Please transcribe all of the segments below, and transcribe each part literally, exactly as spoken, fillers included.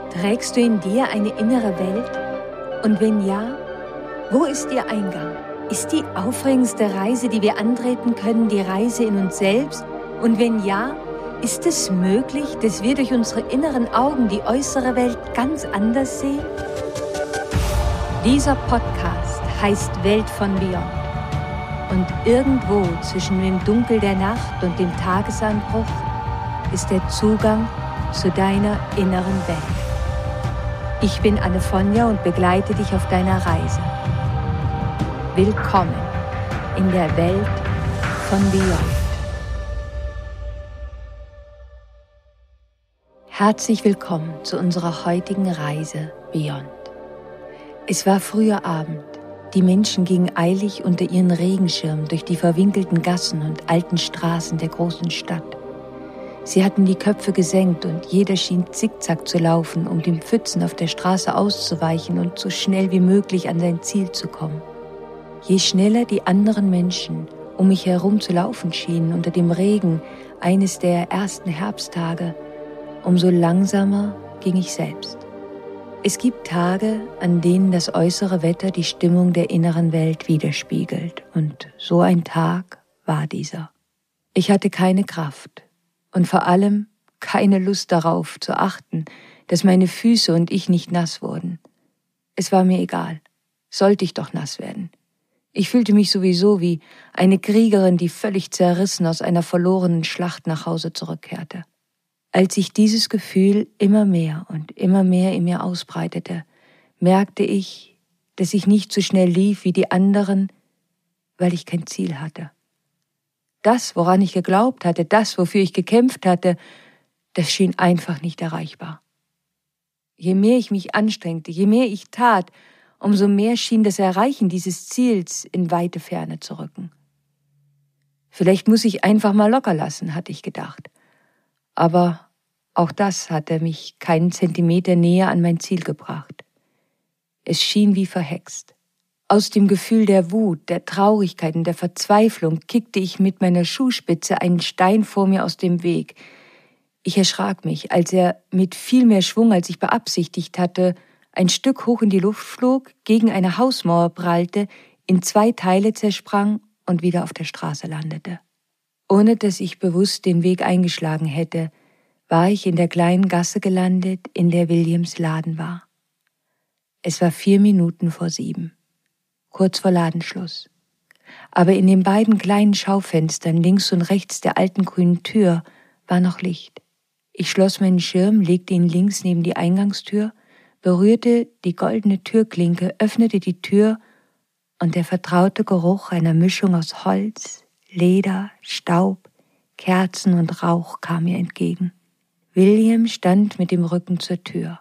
Trägst du in dir eine innere Welt? Und wenn ja, wo ist ihr Eingang? Ist die aufregendste Reise, die wir antreten können, die Reise in uns selbst? Und wenn ja, ist es möglich, dass wir durch unsere inneren Augen die äußere Welt ganz anders sehen? Dieser Podcast heißt Welt von Beyond. Und irgendwo zwischen dem Dunkel der Nacht und dem Tagesanbruch ist der Zugang zu deiner inneren Welt. Ich bin Anne-Fonja und begleite dich auf deiner Reise. Willkommen in der Welt von Beyond. Herzlich willkommen zu unserer heutigen Reise Beyond. Es war früher Abend. Die Menschen gingen eilig unter ihren Regenschirmen durch die verwinkelten Gassen und alten Straßen der großen Stadt. Sie hatten die Köpfe gesenkt und jeder schien zickzack zu laufen, um den Pfützen auf der Straße auszuweichen und so schnell wie möglich an sein Ziel zu kommen. Je schneller die anderen Menschen um mich herum zu laufen schienen unter dem Regen eines der ersten Herbsttage, umso langsamer ging ich selbst. Es gibt Tage, an denen das äußere Wetter die Stimmung der inneren Welt widerspiegelt, und so ein Tag war dieser. Ich hatte keine Kraft. Und vor allem keine Lust darauf zu achten, dass meine Füße und ich nicht nass wurden. Es war mir egal. Sollte ich doch nass werden. Ich fühlte mich sowieso wie eine Kriegerin, die völlig zerrissen aus einer verlorenen Schlacht nach Hause zurückkehrte. Als sich dieses Gefühl immer mehr und immer mehr in mir ausbreitete, merkte ich, dass ich nicht so schnell lief wie die anderen, weil ich kein Ziel hatte. Das, woran ich geglaubt hatte, das, wofür ich gekämpft hatte, das schien einfach nicht erreichbar. Je mehr ich mich anstrengte, je mehr ich tat, umso mehr schien das Erreichen dieses Ziels in weite Ferne zu rücken. Vielleicht muss ich einfach mal locker lassen, hatte ich gedacht. Aber auch das hatte mich keinen Zentimeter näher an mein Ziel gebracht. Es schien wie verhext. Aus dem Gefühl der Wut, der Traurigkeit und der Verzweiflung kickte ich mit meiner Schuhspitze einen Stein vor mir aus dem Weg. Ich erschrak mich, als er mit viel mehr Schwung, als ich beabsichtigt hatte, ein Stück hoch in die Luft flog, gegen eine Hausmauer prallte, in zwei Teile zersprang und wieder auf der Straße landete. Ohne dass ich bewusst den Weg eingeschlagen hätte, war ich in der kleinen Gasse gelandet, in der Williams Laden war. Es war vier Minuten vor sieben. Kurz vor Ladenschluss. Aber in den beiden kleinen Schaufenstern links und rechts der alten grünen Tür war noch Licht. Ich schloss meinen Schirm, legte ihn links neben die Eingangstür, berührte die goldene Türklinke, öffnete die Tür und der vertraute Geruch einer Mischung aus Holz, Leder, Staub, Kerzen und Rauch kam mir entgegen. William stand mit dem Rücken zur Tür.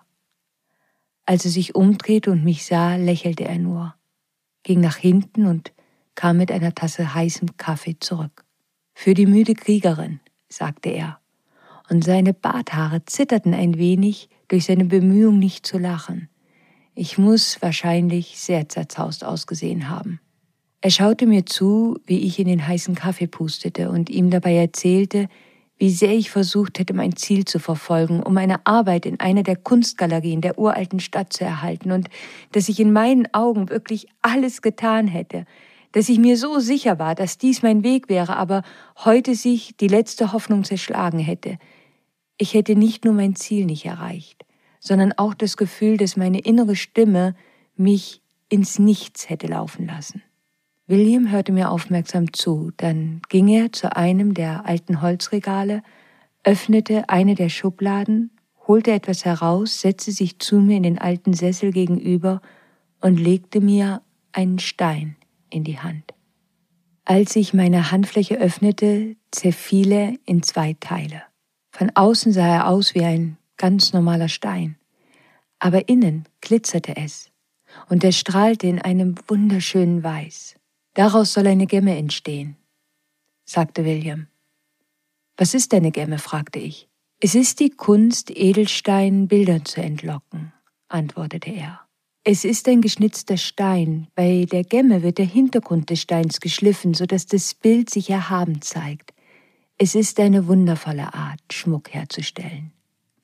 Als er sich umdrehte und mich sah, lächelte er nur, ging nach hinten und kam mit einer Tasse heißem Kaffee zurück. »Für die müde Kriegerin«, sagte er, und seine Barthaare zitterten ein wenig durch seine Bemühung, nicht zu lachen. Ich muss wahrscheinlich sehr zerzaust ausgesehen haben. Er schaute mir zu, wie ich in den heißen Kaffee pustete und ihm dabei erzählte, wie sehr ich versucht hätte, mein Ziel zu verfolgen, um eine Arbeit in einer der Kunstgalerien der uralten Stadt zu erhalten, und dass ich in meinen Augen wirklich alles getan hätte, dass ich mir so sicher war, dass dies mein Weg wäre, aber heute sich die letzte Hoffnung zerschlagen hätte. Ich hätte nicht nur mein Ziel nicht erreicht, sondern auch das Gefühl, dass meine innere Stimme mich ins Nichts hätte laufen lassen. William hörte mir aufmerksam zu, dann ging er zu einem der alten Holzregale, öffnete eine der Schubladen, holte etwas heraus, setzte sich zu mir in den alten Sessel gegenüber und legte mir einen Stein in die Hand. Als ich meine Handfläche öffnete, zerfiel er in zwei Teile. Von außen sah er aus wie ein ganz normaler Stein, aber innen glitzerte es und er strahlte in einem wunderschönen Weiß. »Daraus soll eine Gemme entstehen«, sagte William. »Was ist eine Gemme?« fragte ich. »Es ist die Kunst, Edelsteinen Bildern zu entlocken«, antwortete er. »Es ist ein geschnitzter Stein. Bei der Gemme wird der Hintergrund des Steins geschliffen, sodass das Bild sich erhaben zeigt. Es ist eine wundervolle Art, Schmuck herzustellen.«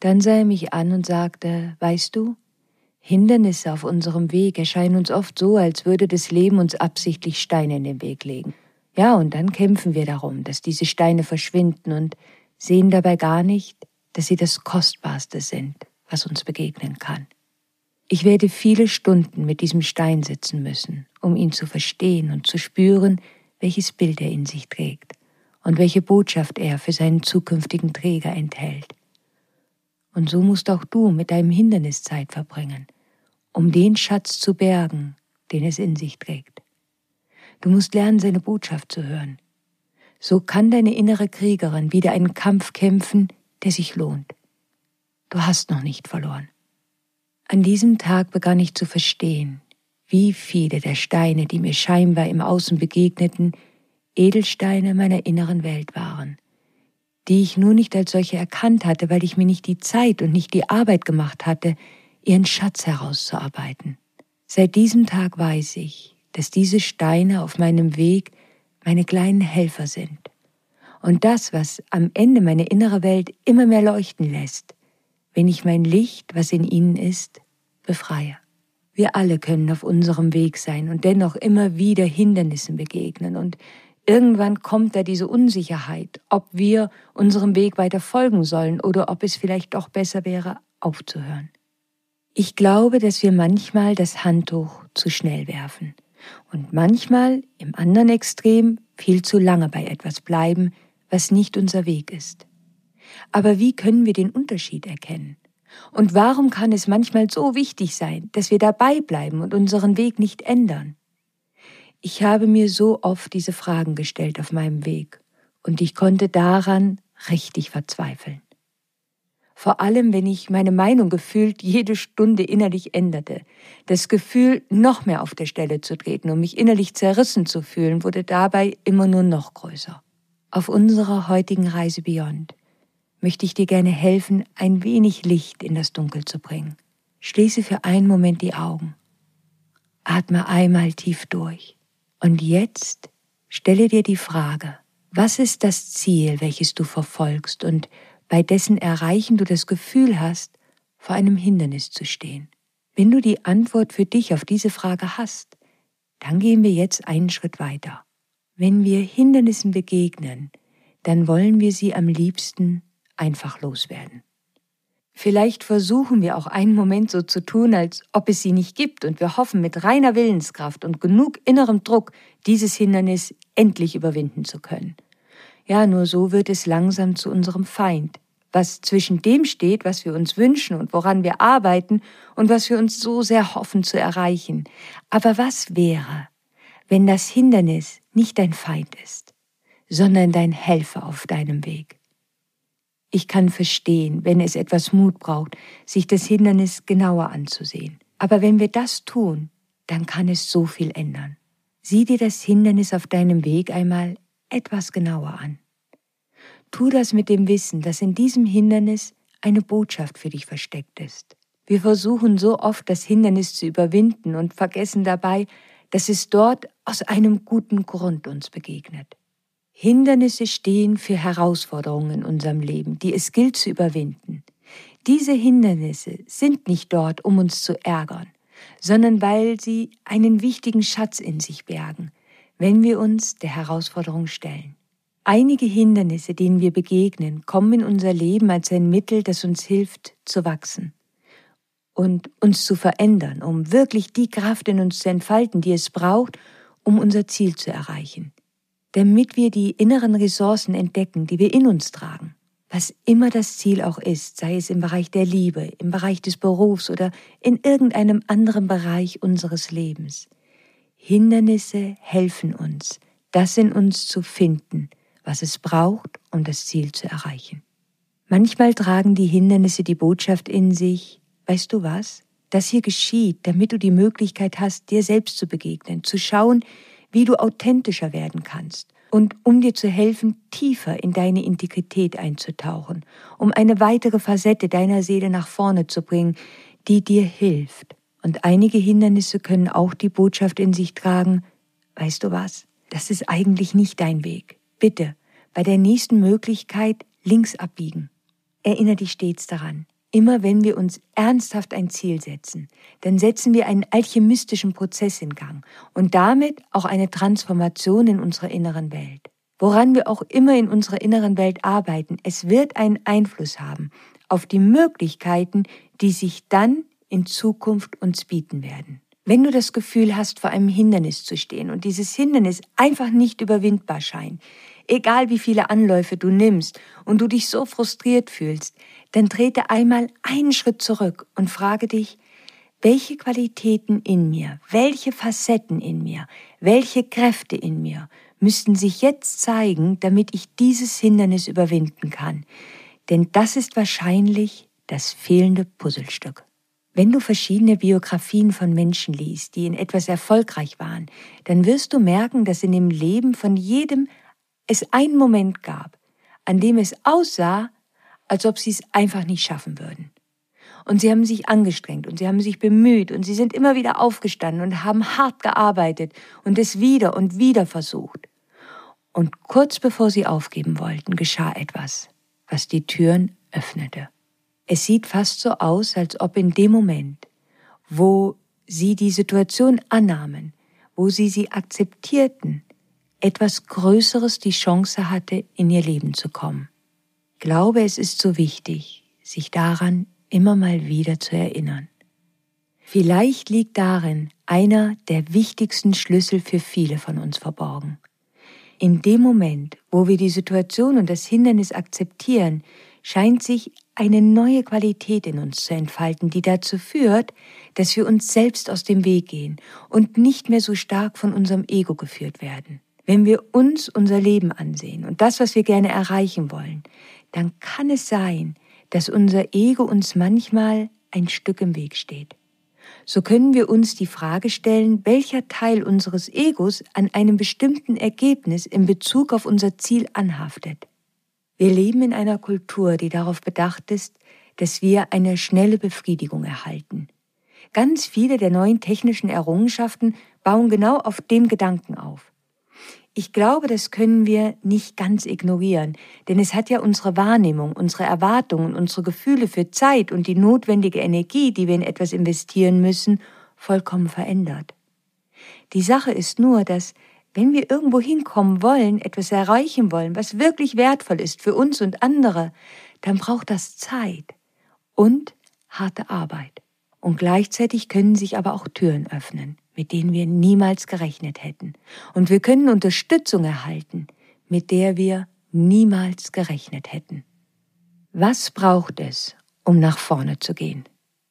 Dann sah er mich an und sagte, weißt du, Hindernisse auf unserem Weg erscheinen uns oft so, als würde das Leben uns absichtlich Steine in den Weg legen. Ja, und dann kämpfen wir darum, dass diese Steine verschwinden und sehen dabei gar nicht, dass sie das Kostbarste sind, was uns begegnen kann. Ich werde viele Stunden mit diesem Stein sitzen müssen, um ihn zu verstehen und zu spüren, welches Bild er in sich trägt und welche Botschaft er für seinen zukünftigen Träger enthält. Und so musst auch du mit deinem Hindernis Zeit verbringen, um den Schatz zu bergen, den es in sich trägt. Du musst lernen, seine Botschaft zu hören. So kann deine innere Kriegerin wieder einen Kampf kämpfen, der sich lohnt. Du hast noch nicht verloren. An diesem Tag begann ich zu verstehen, wie viele der Steine, die mir scheinbar im Außen begegneten, Edelsteine meiner inneren Welt waren, die ich nur nicht als solche erkannt hatte, weil ich mir nicht die Zeit und nicht die Arbeit gemacht hatte, ihren Schatz herauszuarbeiten. Seit diesem Tag weiß ich, dass diese Steine auf meinem Weg meine kleinen Helfer sind und das, was am Ende meine innere Welt immer mehr leuchten lässt, wenn ich mein Licht, was in ihnen ist, befreie. Wir alle können auf unserem Weg sein und dennoch immer wieder Hindernissen begegnen und irgendwann kommt da diese Unsicherheit, ob wir unserem Weg weiter folgen sollen oder ob es vielleicht doch besser wäre, aufzuhören. Ich glaube, dass wir manchmal das Handtuch zu schnell werfen und manchmal im anderen Extrem viel zu lange bei etwas bleiben, was nicht unser Weg ist. Aber wie können wir den Unterschied erkennen? Und warum kann es manchmal so wichtig sein, dass wir dabei bleiben und unseren Weg nicht ändern? Ich habe mir so oft diese Fragen gestellt auf meinem Weg und ich konnte daran richtig verzweifeln. Vor allem, wenn ich meine Meinung gefühlt jede Stunde innerlich änderte. Das Gefühl, noch mehr auf der Stelle zu treten und mich innerlich zerrissen zu fühlen, wurde dabei immer nur noch größer. Auf unserer heutigen Reise Beyond möchte ich dir gerne helfen, ein wenig Licht in das Dunkel zu bringen. Schließe für einen Moment die Augen. Atme einmal tief durch. Und jetzt stelle dir die Frage, was ist das Ziel, welches du verfolgst und bei dessen Erreichen du das Gefühl hast, vor einem Hindernis zu stehen? Wenn du die Antwort für dich auf diese Frage hast, dann gehen wir jetzt einen Schritt weiter. Wenn wir Hindernissen begegnen, dann wollen wir sie am liebsten einfach loswerden. Vielleicht versuchen wir auch einen Moment so zu tun, als ob es sie nicht gibt und wir hoffen mit reiner Willenskraft und genug innerem Druck, dieses Hindernis endlich überwinden zu können. Ja, nur so wird es langsam zu unserem Feind, was zwischen dem steht, was wir uns wünschen und woran wir arbeiten und was wir uns so sehr hoffen zu erreichen. Aber was wäre, wenn das Hindernis nicht dein Feind ist, sondern dein Helfer auf deinem Weg? Ich kann verstehen, wenn es etwas Mut braucht, sich das Hindernis genauer anzusehen. Aber wenn wir das tun, dann kann es so viel ändern. Sieh dir das Hindernis auf deinem Weg einmal etwas genauer an. Tu das mit dem Wissen, dass in diesem Hindernis eine Botschaft für dich versteckt ist. Wir versuchen so oft, das Hindernis zu überwinden und vergessen dabei, dass es dort aus einem guten Grund uns begegnet. Hindernisse stehen für Herausforderungen in unserem Leben, die es gilt zu überwinden. Diese Hindernisse sind nicht dort, um uns zu ärgern, sondern weil sie einen wichtigen Schatz in sich bergen, wenn wir uns der Herausforderung stellen. Einige Hindernisse, denen wir begegnen, kommen in unser Leben als ein Mittel, das uns hilft, zu wachsen und uns zu verändern, um wirklich die Kraft in uns zu entfalten, die es braucht, um unser Ziel zu erreichen. Damit wir die inneren Ressourcen entdecken, die wir in uns tragen. Was immer das Ziel auch ist, sei es im Bereich der Liebe, im Bereich des Berufs oder in irgendeinem anderen Bereich unseres Lebens. Hindernisse helfen uns, das in uns zu finden, was es braucht, um das Ziel zu erreichen. Manchmal tragen die Hindernisse die Botschaft in sich, weißt du was? Das hier geschieht, damit du die Möglichkeit hast, dir selbst zu begegnen, zu schauen, wie du authentischer werden kannst und um dir zu helfen, tiefer in deine Integrität einzutauchen, um eine weitere Facette deiner Seele nach vorne zu bringen, die dir hilft. Und einige Hindernisse können auch die Botschaft in sich tragen, weißt du was, das ist eigentlich nicht dein Weg. Bitte, bei der nächsten Möglichkeit links abbiegen. Erinnere dich stets daran, Immer wenn wir uns ernsthaft ein Ziel setzen, dann setzen wir einen alchemistischen Prozess in Gang und damit auch eine Transformation in unserer inneren Welt. Woran wir auch immer in unserer inneren Welt arbeiten, es wird einen Einfluss haben auf die Möglichkeiten, die sich dann in Zukunft uns bieten werden. Wenn du das Gefühl hast, vor einem Hindernis zu stehen und dieses Hindernis einfach nicht überwindbar scheint, egal wie viele Anläufe du nimmst und du dich so frustriert fühlst, dann trete einmal einen Schritt zurück und frage dich, welche Qualitäten in mir, welche Facetten in mir, welche Kräfte in mir müssten sich jetzt zeigen, damit ich dieses Hindernis überwinden kann. Denn das ist wahrscheinlich das fehlende Puzzlestück. Wenn du verschiedene Biografien von Menschen liest, die in etwas erfolgreich waren, dann wirst du merken, dass in dem Leben von jedem es einen Moment gab, an dem es aussah, als ob sie es einfach nicht schaffen würden. Und sie haben sich angestrengt und sie haben sich bemüht und sie sind immer wieder aufgestanden und haben hart gearbeitet und es wieder und wieder versucht. Und kurz bevor sie aufgeben wollten, geschah etwas, was die Türen öffnete. Es sieht fast so aus, als ob in dem Moment, wo sie die Situation annahmen, wo sie sie akzeptierten, etwas Größeres die Chance hatte, in ihr Leben zu kommen. Ich glaube, es ist so wichtig, sich daran immer mal wieder zu erinnern. Vielleicht liegt darin einer der wichtigsten Schlüssel für viele von uns verborgen. In dem Moment, wo wir die Situation und das Hindernis akzeptieren, scheint sich eine neue Qualität in uns zu entfalten, die dazu führt, dass wir uns selbst aus dem Weg gehen und nicht mehr so stark von unserem Ego geführt werden. Wenn wir uns unser Leben ansehen und das, was wir gerne erreichen wollen, dann kann es sein, dass unser Ego uns manchmal ein Stück im Weg steht. So können wir uns die Frage stellen, welcher Teil unseres Egos an einem bestimmten Ergebnis in Bezug auf unser Ziel anhaftet. Wir leben in einer Kultur, die darauf bedacht ist, dass wir eine schnelle Befriedigung erhalten. Ganz viele der neuen technischen Errungenschaften bauen genau auf dem Gedanken auf. Ich glaube, das können wir nicht ganz ignorieren, denn es hat ja unsere Wahrnehmung, unsere Erwartungen, unsere Gefühle für Zeit und die notwendige Energie, die wir in etwas investieren müssen, vollkommen verändert. Die Sache ist nur, dass, wenn wir irgendwo hinkommen wollen, etwas erreichen wollen, was wirklich wertvoll ist für uns und andere, dann braucht das Zeit und harte Arbeit. Und gleichzeitig können sich aber auch Türen öffnen, mit denen wir niemals gerechnet hätten. Und wir können Unterstützung erhalten, mit der wir niemals gerechnet hätten. Was braucht es, um nach vorne zu gehen?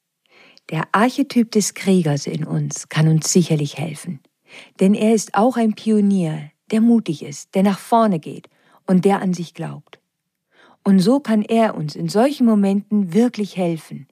Der Archetyp des Kriegers in uns kann uns sicherlich helfen. Denn er ist auch ein Pionier, der mutig ist, der nach vorne geht und der an sich glaubt. Und so kann er uns in solchen Momenten wirklich helfen.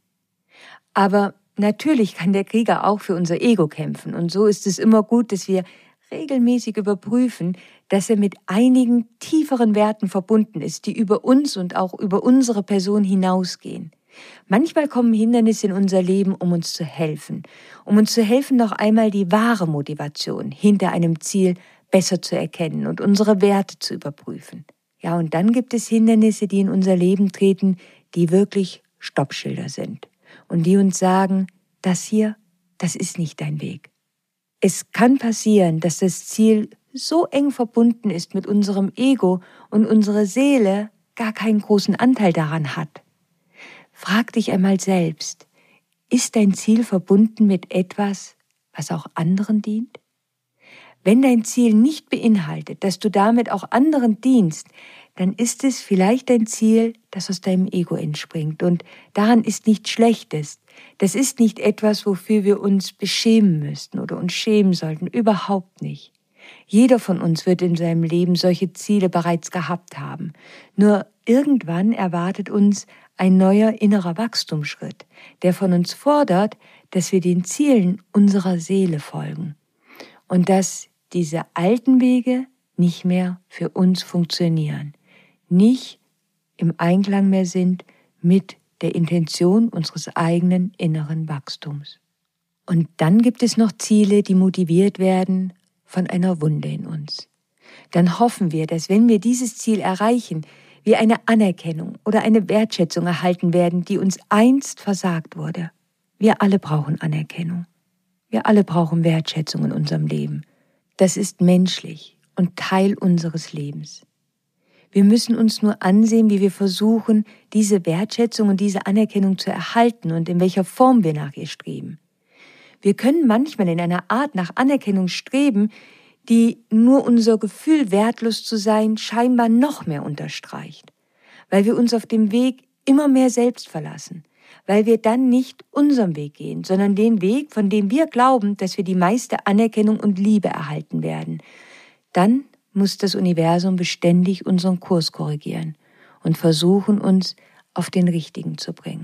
Aber natürlich kann der Krieger auch für unser Ego kämpfen und so ist es immer gut, dass wir regelmäßig überprüfen, dass er mit einigen tieferen Werten verbunden ist, die über uns und auch über unsere Person hinausgehen. Manchmal kommen Hindernisse in unser Leben, um uns zu helfen, um uns zu helfen, noch einmal die wahre Motivation hinter einem Ziel besser zu erkennen und unsere Werte zu überprüfen. Ja, und dann gibt es Hindernisse, die in unser Leben treten, die wirklich Stoppschilder sind und die uns sagen, das hier, das ist nicht dein Weg. Es kann passieren, dass das Ziel so eng verbunden ist mit unserem Ego und unsere Seele gar keinen großen Anteil daran hat. Frag dich einmal selbst, ist dein Ziel verbunden mit etwas, was auch anderen dient? Wenn dein Ziel nicht beinhaltet, dass du damit auch anderen dienst, dann ist es vielleicht ein Ziel, das aus deinem Ego entspringt. Und daran ist nichts Schlechtes. Das ist nicht etwas, wofür wir uns beschämen müssten oder uns schämen sollten. Überhaupt nicht. Jeder von uns wird in seinem Leben solche Ziele bereits gehabt haben. Nur irgendwann erwartet uns ein neuer innerer Wachstumsschritt, der von uns fordert, dass wir den Zielen unserer Seele folgen und dass diese alten Wege nicht mehr für uns funktionieren, nicht im Einklang mehr sind mit der Intention unseres eigenen inneren Wachstums. Und dann gibt es noch Ziele, die motiviert werden von einer Wunde in uns. Dann hoffen wir, dass wenn wir dieses Ziel erreichen, wir eine Anerkennung oder eine Wertschätzung erhalten werden, die uns einst versagt wurde. Wir alle brauchen Anerkennung. Wir alle brauchen Wertschätzung in unserem Leben. Das ist menschlich und Teil unseres Lebens. Wir müssen uns nur ansehen, wie wir versuchen, diese Wertschätzung und diese Anerkennung zu erhalten und in welcher Form wir nach ihr streben. Wir können manchmal in einer Art nach Anerkennung streben, die nur unser Gefühl, wertlos zu sein, scheinbar noch mehr unterstreicht, weil wir uns auf dem Weg immer mehr selbst verlassen, weil wir dann nicht unseren Weg gehen, sondern den Weg, von dem wir glauben, dass wir die meiste Anerkennung und Liebe erhalten werden. Dann muss das Universum beständig unseren Kurs korrigieren und versuchen, uns auf den richtigen zu bringen.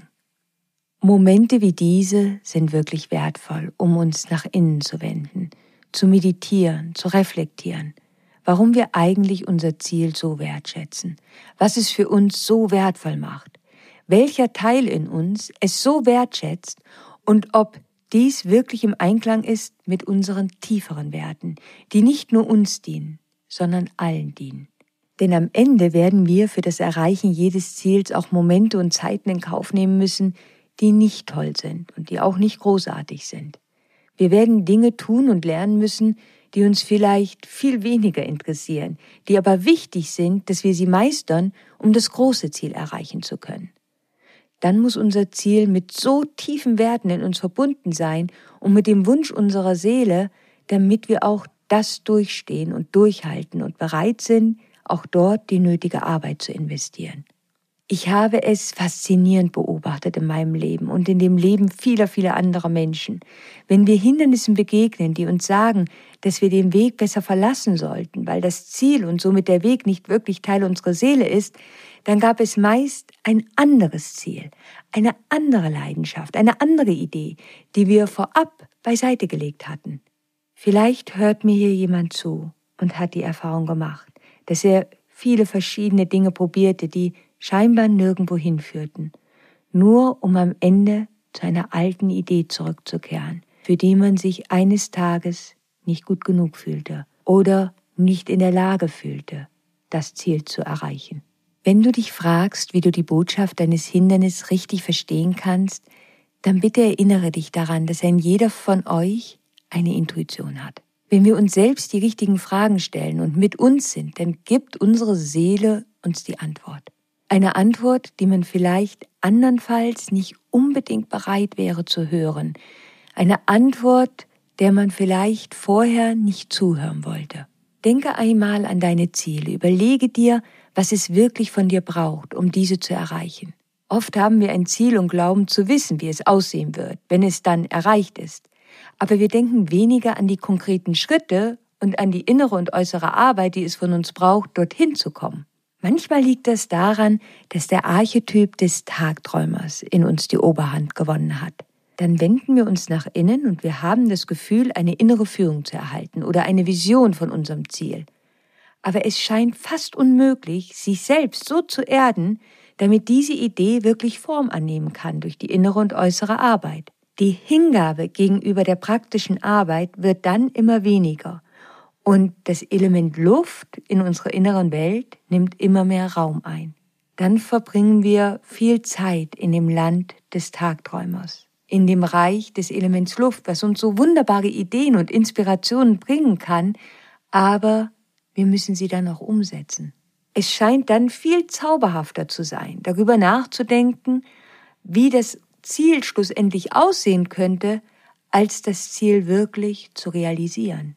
Momente wie diese sind wirklich wertvoll, um uns nach innen zu wenden, zu meditieren, zu reflektieren, warum wir eigentlich unser Ziel so wertschätzen, was es für uns so wertvoll macht, welcher Teil in uns es so wertschätzt und ob dies wirklich im Einklang ist mit unseren tieferen Werten, die nicht nur uns dienen, sondern allen dienen. Denn am Ende werden wir für das Erreichen jedes Ziels auch Momente und Zeiten in Kauf nehmen müssen, die nicht toll sind und die auch nicht großartig sind. Wir werden Dinge tun und lernen müssen, die uns vielleicht viel weniger interessieren, die aber wichtig sind, dass wir sie meistern, um das große Ziel erreichen zu können. Dann muss unser Ziel mit so tiefen Werten in uns verbunden sein und mit dem Wunsch unserer Seele, damit wir auch das durchstehen und durchhalten und bereit sind, auch dort die nötige Arbeit zu investieren. Ich habe es faszinierend beobachtet in meinem Leben und in dem Leben vieler, vieler anderer Menschen. Wenn wir Hindernissen begegnen, die uns sagen, dass wir den Weg besser verlassen sollten, weil das Ziel und somit der Weg nicht wirklich Teil unserer Seele ist, dann gab es meist ein anderes Ziel, eine andere Leidenschaft, eine andere Idee, die wir vorab beiseite gelegt hatten. Vielleicht hört mir hier jemand zu und hat die Erfahrung gemacht, dass er viele verschiedene Dinge probierte, die scheinbar nirgendwo hinführten, nur um am Ende zu einer alten Idee zurückzukehren, für die man sich eines Tages nicht gut genug fühlte oder nicht in der Lage fühlte, das Ziel zu erreichen. Wenn du dich fragst, wie du die Botschaft deines Hindernisses richtig verstehen kannst, dann bitte erinnere dich daran, dass ein jeder von euch eine Intuition hat. Wenn wir uns selbst die richtigen Fragen stellen und mit uns sind, dann gibt unsere Seele uns die Antwort. Eine Antwort, die man vielleicht andernfalls nicht unbedingt bereit wäre zu hören. Eine Antwort, der man vielleicht vorher nicht zuhören wollte. Denke einmal an deine Ziele. Überlege dir, was es wirklich von dir braucht, um diese zu erreichen. Oft haben wir ein Ziel und glauben zu wissen, wie es aussehen wird, wenn es dann erreicht ist. Aber wir denken weniger an die konkreten Schritte und an die innere und äußere Arbeit, die es von uns braucht, dorthin zu kommen. Manchmal liegt das daran, dass der Archetyp des Tagträumers in uns die Oberhand gewonnen hat. Dann wenden wir uns nach innen und wir haben das Gefühl, eine innere Führung zu erhalten oder eine Vision von unserem Ziel. Aber es scheint fast unmöglich, sich selbst so zu erden, damit diese Idee wirklich Form annehmen kann durch die innere und äußere Arbeit. Die Hingabe gegenüber der praktischen Arbeit wird dann immer weniger. Und das Element Luft in unserer inneren Welt nimmt immer mehr Raum ein. Dann verbringen wir viel Zeit in dem Land des Tagträumers, in dem Reich des Elements Luft, was uns so wunderbare Ideen und Inspirationen bringen kann, aber wir müssen sie dann auch umsetzen. Es scheint dann viel zauberhafter zu sein, darüber nachzudenken, wie das Ziel schlussendlich aussehen könnte, als das Ziel wirklich zu realisieren.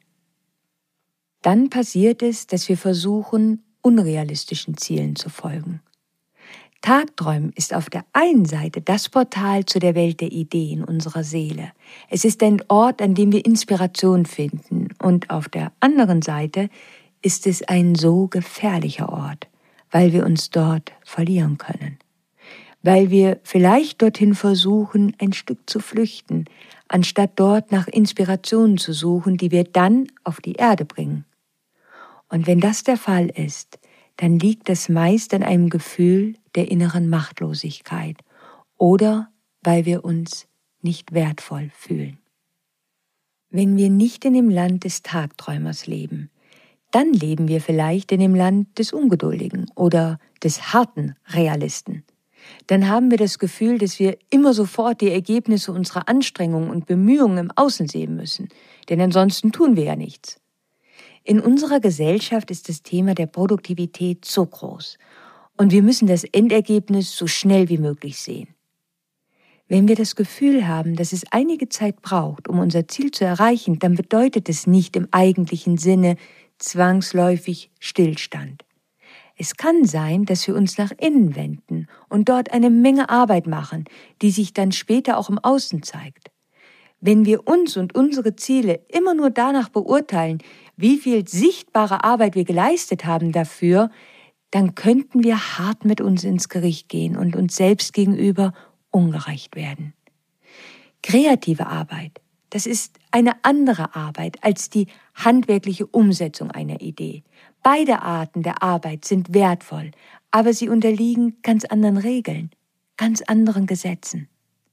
Dann passiert es, dass wir versuchen, unrealistischen Zielen zu folgen. Tagträumen ist auf der einen Seite das Portal zu der Welt der Ideen unserer Seele. Es ist ein Ort, an dem wir Inspiration finden, und auf der anderen Seite ist es ein so gefährlicher Ort, weil wir uns dort verlieren können. Weil wir vielleicht dorthin versuchen, ein Stück zu flüchten, anstatt dort nach Inspirationen zu suchen, die wir dann auf die Erde bringen. Und wenn das der Fall ist, dann liegt das meist an einem Gefühl der inneren Machtlosigkeit oder weil wir uns nicht wertvoll fühlen. Wenn wir nicht in dem Land des Tagträumers leben, Dann leben wir vielleicht in dem Land des Ungeduldigen oder des harten Realisten. Dann haben wir das Gefühl, dass wir immer sofort die Ergebnisse unserer Anstrengungen und Bemühungen im Außen sehen müssen, denn ansonsten tun wir ja nichts. In unserer Gesellschaft ist das Thema der Produktivität so groß und wir müssen das Endergebnis so schnell wie möglich sehen. Wenn wir das Gefühl haben, dass es einige Zeit braucht, um unser Ziel zu erreichen, dann bedeutet es nicht im eigentlichen Sinne zwangsläufig Stillstand. Es kann sein, dass wir uns nach innen wenden und dort eine Menge Arbeit machen, die sich dann später auch im Außen zeigt. Wenn wir uns und unsere Ziele immer nur danach beurteilen, wie viel sichtbare Arbeit wir geleistet haben dafür, dann könnten wir hart mit uns ins Gericht gehen und uns selbst gegenüber ungerecht werden. Kreative Arbeit, das ist eine andere Arbeit als die handwerkliche Umsetzung einer Idee. Beide Arten der Arbeit sind wertvoll, aber sie unterliegen ganz anderen Regeln, ganz anderen Gesetzen.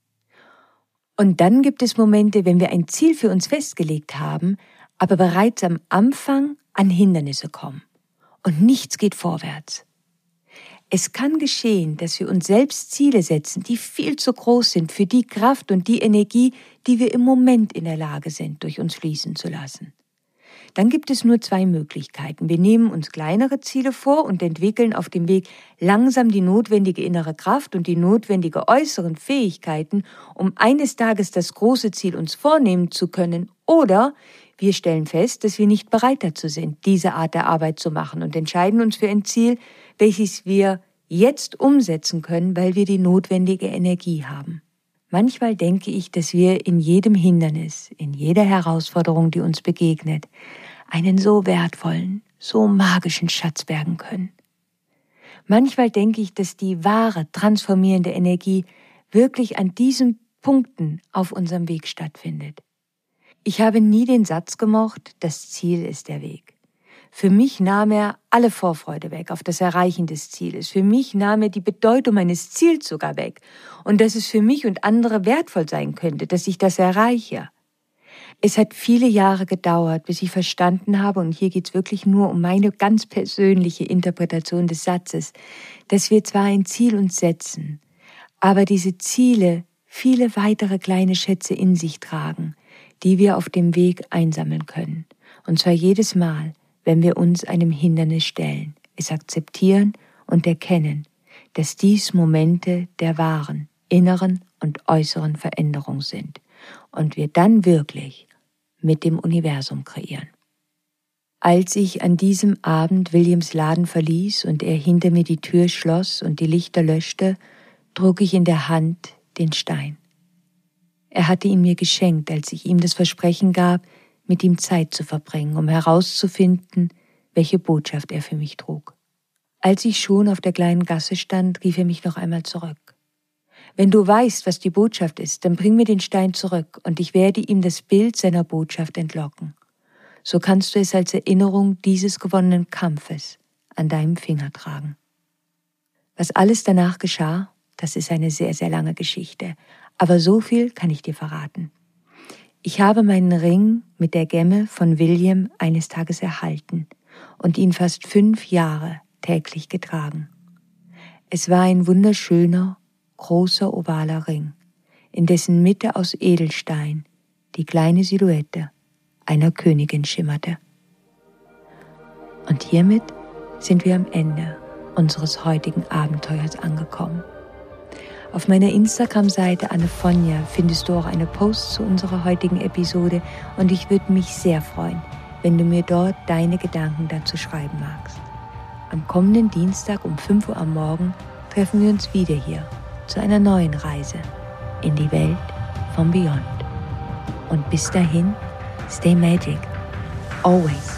Und dann gibt es Momente, wenn wir ein Ziel für uns festgelegt haben, aber bereits am Anfang an Hindernisse kommen und nichts geht vorwärts. Es kann geschehen, dass wir uns selbst Ziele setzen, die viel zu groß sind für die Kraft und die Energie, die wir im Moment in der Lage sind, durch uns fließen zu lassen. Dann gibt es nur zwei Möglichkeiten. Wir nehmen uns kleinere Ziele vor und entwickeln auf dem Weg langsam die notwendige innere Kraft und die notwendige äußeren Fähigkeiten, um eines Tages das große Ziel uns vornehmen zu können. Oder wir stellen fest, dass wir nicht bereit dazu sind, diese Art der Arbeit zu machen und entscheiden uns für ein Ziel, welches wir jetzt umsetzen können, weil wir die notwendige Energie haben. Manchmal denke ich, dass wir in jedem Hindernis, in jeder Herausforderung, die uns begegnet, einen so wertvollen, so magischen Schatz bergen können. Manchmal denke ich, dass die wahre, transformierende Energie wirklich an diesen Punkten auf unserem Weg stattfindet. Ich habe nie den Satz gemocht, das Ziel ist der Weg. Für mich nahm er alle Vorfreude weg auf das Erreichen des Zieles. Für mich nahm er die Bedeutung meines Ziels sogar weg und dass es für mich und andere wertvoll sein könnte, dass ich das erreiche. Es hat viele Jahre gedauert, bis ich verstanden habe, und hier geht es wirklich nur um meine ganz persönliche Interpretation des Satzes, dass wir zwar ein Ziel uns setzen, aber diese Ziele viele weitere kleine Schätze in sich tragen, die wir auf dem Weg einsammeln können. Und zwar jedes Mal, wenn wir uns einem Hindernis stellen, es akzeptieren und erkennen, dass dies Momente der wahren, inneren und äußeren Veränderung sind und wir dann wirklich mit dem Universum kreieren. Als ich an diesem Abend Williams Laden verließ und er hinter mir die Tür schloss und die Lichter löschte, trug ich in der Hand den Stein. Er hatte ihn mir geschenkt, als ich ihm das Versprechen gab, mit ihm Zeit zu verbringen, um herauszufinden, welche Botschaft er für mich trug. Als ich schon auf der kleinen Gasse stand, rief er mich noch einmal zurück. Wenn du weißt, was die Botschaft ist, dann bring mir den Stein zurück und ich werde ihm das Bild seiner Botschaft entlocken. So kannst du es als Erinnerung dieses gewonnenen Kampfes an deinem Finger tragen. Was alles danach geschah, das ist eine sehr, sehr lange Geschichte, aber so viel kann ich dir verraten. Ich habe meinen Ring mit der Gemme von William eines Tages erhalten und ihn fast fünf Jahre täglich getragen. Es war ein wunderschöner, großer ovaler Ring, in dessen Mitte aus Edelstein die kleine Silhouette einer Königin schimmerte. Und hiermit sind wir am Ende unseres heutigen Abenteuers angekommen. Auf meiner Instagram-Seite Annefonja findest du auch eine Post zu unserer heutigen Episode und ich würde mich sehr freuen, wenn du mir dort deine Gedanken dazu schreiben magst. Am kommenden Dienstag um fünf Uhr am Morgen treffen wir uns wieder hier zu einer neuen Reise in die Welt von Beyond. Und bis dahin, stay magic, always.